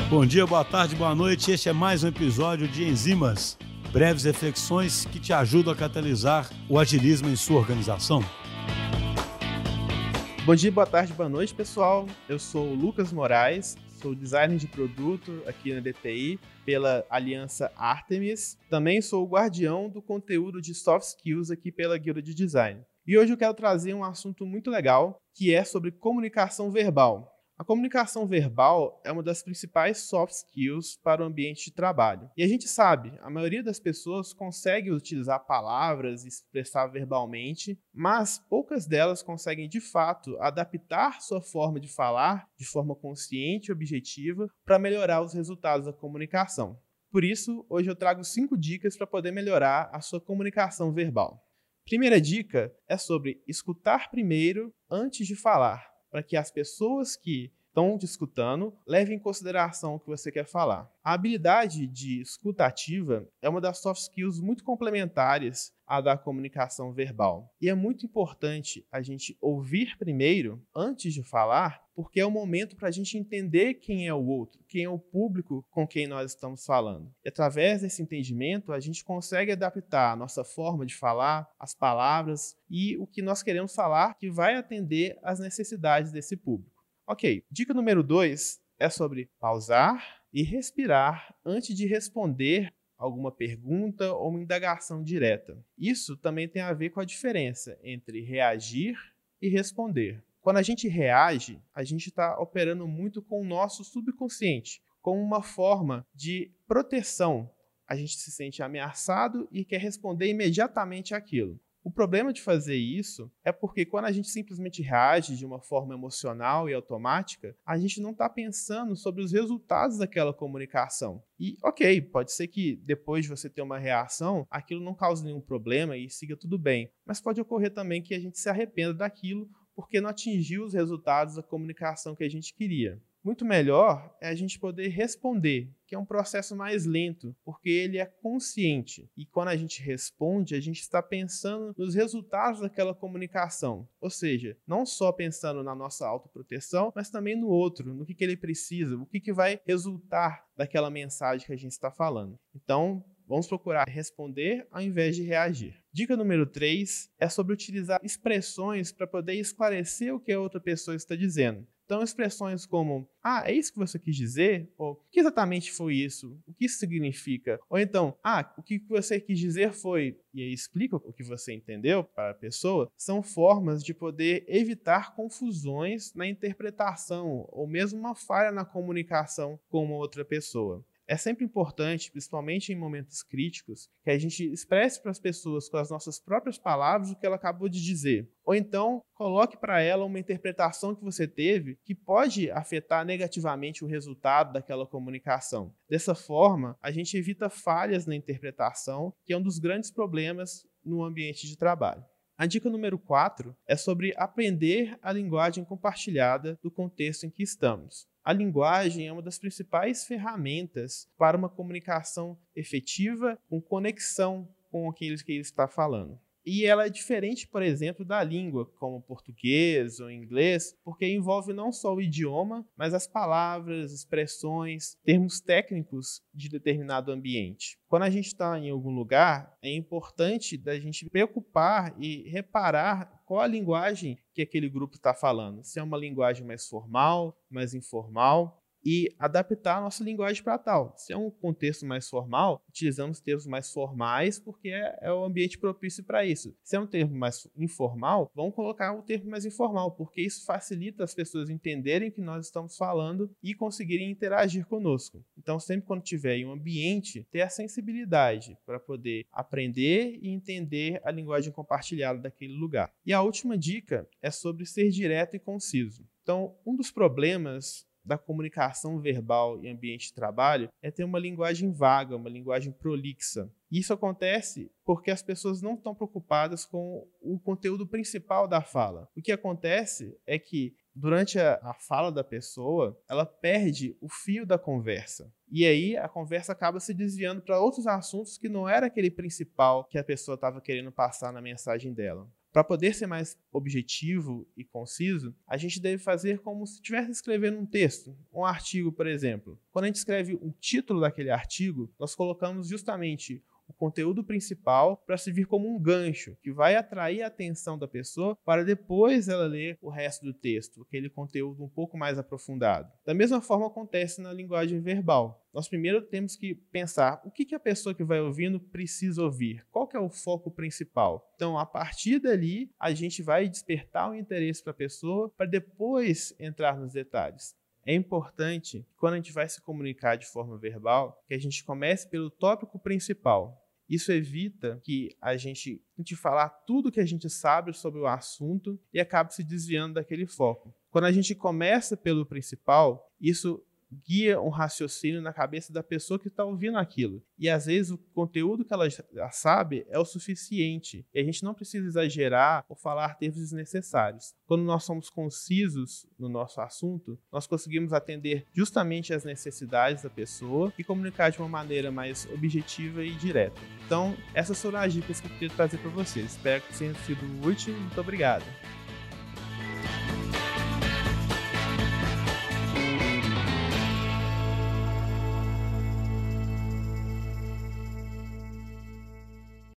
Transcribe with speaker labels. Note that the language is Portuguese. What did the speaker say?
Speaker 1: Bom dia, boa tarde, boa noite. Este é mais um episódio de Enzimas, breves reflexões que te ajudam a catalisar o agilismo em sua organização.
Speaker 2: Bom dia, boa tarde, boa noite, pessoal. Eu sou o Lucas Moraes, sou designer de produto aqui na DTI pela Aliança Artemis. Também sou o guardião do conteúdo de soft skills aqui pela Guilda de Design. E hoje eu quero trazer um assunto muito legal, que é sobre comunicação verbal. A comunicação verbal é uma das principais soft skills para o ambiente de trabalho. E a gente sabe, a maioria das pessoas consegue utilizar palavras e expressar verbalmente, mas poucas delas conseguem, de fato, adaptar sua forma de falar de forma consciente e objetiva para melhorar os resultados da comunicação. Por isso, hoje eu trago 5 dicas para poder melhorar a sua comunicação verbal. Primeira dica é sobre escutar primeiro antes de falar, para que as pessoas que estão te escutando levem em consideração o que você quer falar. A habilidade de escuta ativa é uma das soft skills muito complementares à da comunicação verbal. E é muito importante a gente ouvir primeiro, antes de falar, porque é o momento para a gente entender quem é o outro, quem é o público com quem nós estamos falando. E através desse entendimento, a gente consegue adaptar a nossa forma de falar, as palavras e o que nós queremos falar que vai atender às necessidades desse público. Ok, dica número 2 é sobre pausar e respirar antes de responder alguma pergunta ou uma indagação direta. Isso também tem a ver com a diferença entre reagir e responder. Quando a gente reage, a gente está operando muito com o nosso subconsciente, como uma forma de proteção. A gente se sente ameaçado e quer responder imediatamente àquilo. O problema de fazer isso é porque quando a gente simplesmente reage de uma forma emocional e automática, a gente não está pensando sobre os resultados daquela comunicação. E ok, pode ser que depois de você ter uma reação, aquilo não cause nenhum problema e siga tudo bem. Mas pode ocorrer também que a gente se arrependa daquilo porque não atingiu os resultados da comunicação que a gente queria. Muito melhor é a gente poder responder, que é um processo mais lento, porque ele é consciente. E quando a gente responde, a gente está pensando nos resultados daquela comunicação. Ou seja, não só pensando na nossa autoproteção, mas também no outro, no que ele precisa, o que vai resultar daquela mensagem que a gente está falando. Então, vamos procurar responder ao invés de reagir. Dica número 3 é sobre utilizar expressões para poder esclarecer o que a outra pessoa está dizendo. Então, expressões como, é isso que você quis dizer? Ou, o que exatamente foi isso? O que isso significa? Ou então, o que você quis dizer foi, e aí explica o que você entendeu para a pessoa, são formas de poder evitar confusões na interpretação ou mesmo uma falha na comunicação com uma outra pessoa. É sempre importante, principalmente em momentos críticos, que a gente expresse para as pessoas com as nossas próprias palavras o que ela acabou de dizer. Ou então, coloque para ela uma interpretação que você teve que pode afetar negativamente o resultado daquela comunicação. Dessa forma, a gente evita falhas na interpretação, que é um dos grandes problemas no ambiente de trabalho. A dica número 4 é sobre aprender a linguagem compartilhada do contexto em que estamos. A linguagem é uma das principais ferramentas para uma comunicação efetiva, com conexão com aqueles que ele está falando. E ela é diferente, por exemplo, da língua, como português ou inglês, porque envolve não só o idioma, mas as palavras, expressões, termos técnicos de determinado ambiente. Quando a gente está em algum lugar, é importante da gente preocupar e reparar qual a linguagem que aquele grupo está falando. Se é uma linguagem mais formal, mais informal, e adaptar a nossa linguagem para tal. Se é um contexto mais formal, utilizamos termos mais formais porque é o ambiente propício para isso. Se é um termo mais informal, vamos colocar um termo mais informal, porque isso facilita as pessoas entenderem o que nós estamos falando e conseguirem interagir conosco. Então, sempre quando tiver em um ambiente, ter a sensibilidade para poder aprender e entender a linguagem compartilhada daquele lugar. E a última dica é sobre ser direto e conciso. Então, um dos problemas da comunicação verbal em ambiente de trabalho é ter uma linguagem vaga, uma linguagem prolixa. E isso acontece porque as pessoas não estão preocupadas com o conteúdo principal da fala. O que acontece é que durante a fala da pessoa, ela perde o fio da conversa. E aí a conversa acaba se desviando para outros assuntos que não era aquele principal que a pessoa estava querendo passar na mensagem dela. Para poder ser mais objetivo e conciso, a gente deve fazer como se estivesse escrevendo um texto, um artigo, por exemplo. Quando a gente escreve o título daquele artigo, nós colocamos justamente o conteúdo principal para servir como um gancho, que vai atrair a atenção da pessoa para depois ela ler o resto do texto, aquele conteúdo um pouco mais aprofundado. Da mesma forma acontece na linguagem verbal. Nós primeiro temos que pensar o que a pessoa que vai ouvindo precisa ouvir, qual que é o foco principal. Então, a partir dali, a gente vai despertar o interesse para a pessoa para depois entrar nos detalhes. É importante, quando a gente vai se comunicar de forma verbal, que a gente comece pelo tópico principal. Isso evita que a gente tente falar tudo que a gente sabe sobre o assunto e acabe se desviando daquele foco. Quando a gente começa pelo principal, isso guia um raciocínio na cabeça da pessoa que está ouvindo aquilo. E às vezes o conteúdo que ela já sabe é o suficiente. E a gente não precisa exagerar ou falar termos desnecessários. Quando nós somos concisos no nosso assunto, nós conseguimos atender justamente às necessidades da pessoa e comunicar de uma maneira mais objetiva e direta. Então, essas foram as dicas que eu queria trazer para vocês. Espero que tenha sido útil. Muito obrigado.